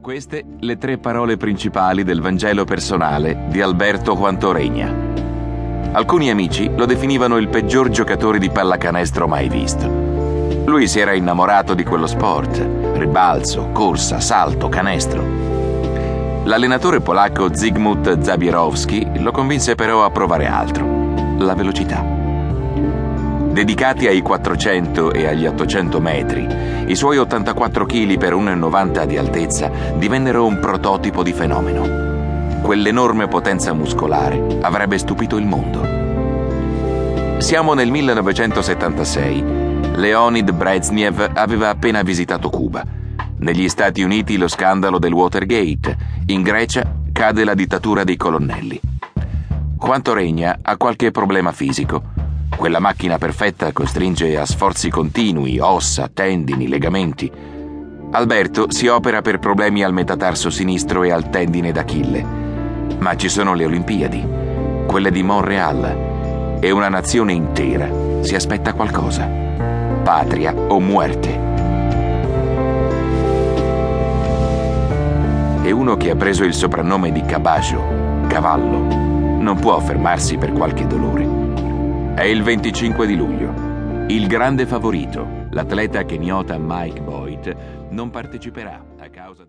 Queste le tre parole principali del Vangelo personale di Alberto Quantoregna. Alcuni amici lo definivano il peggior giocatore di pallacanestro mai visto. Lui si era innamorato di quello sport: ribalzo, corsa, salto, canestro. L'allenatore polacco Zygmunt Zabierowski lo convinse però a provare altro: la velocità. Dedicati ai 400 e agli 800 metri, i suoi 84 kg per 1,90 di altezza divennero un prototipo di fenomeno. Quell'enorme potenza muscolare avrebbe stupito il mondo. Siamo nel 1976. Leonid Brezhnev aveva appena visitato Cuba. Negli Stati Uniti lo scandalo del Watergate. In Grecia cade la dittatura dei colonnelli. Quantoregna ha qualche problema fisico. Quella macchina perfetta costringe a sforzi continui, ossa, tendini, legamenti. Alberto si opera per problemi al metatarso sinistro e al tendine d'Achille. Ma ci sono le Olimpiadi, quelle di Montréal, e una nazione intera si aspetta qualcosa: patria o muerte. E uno che ha preso il soprannome di Caballo, cavallo, non può fermarsi per qualche dolore. È il 25 di luglio. Il grande favorito, l'atleta keniota Mike Boyd, non parteciperà a causa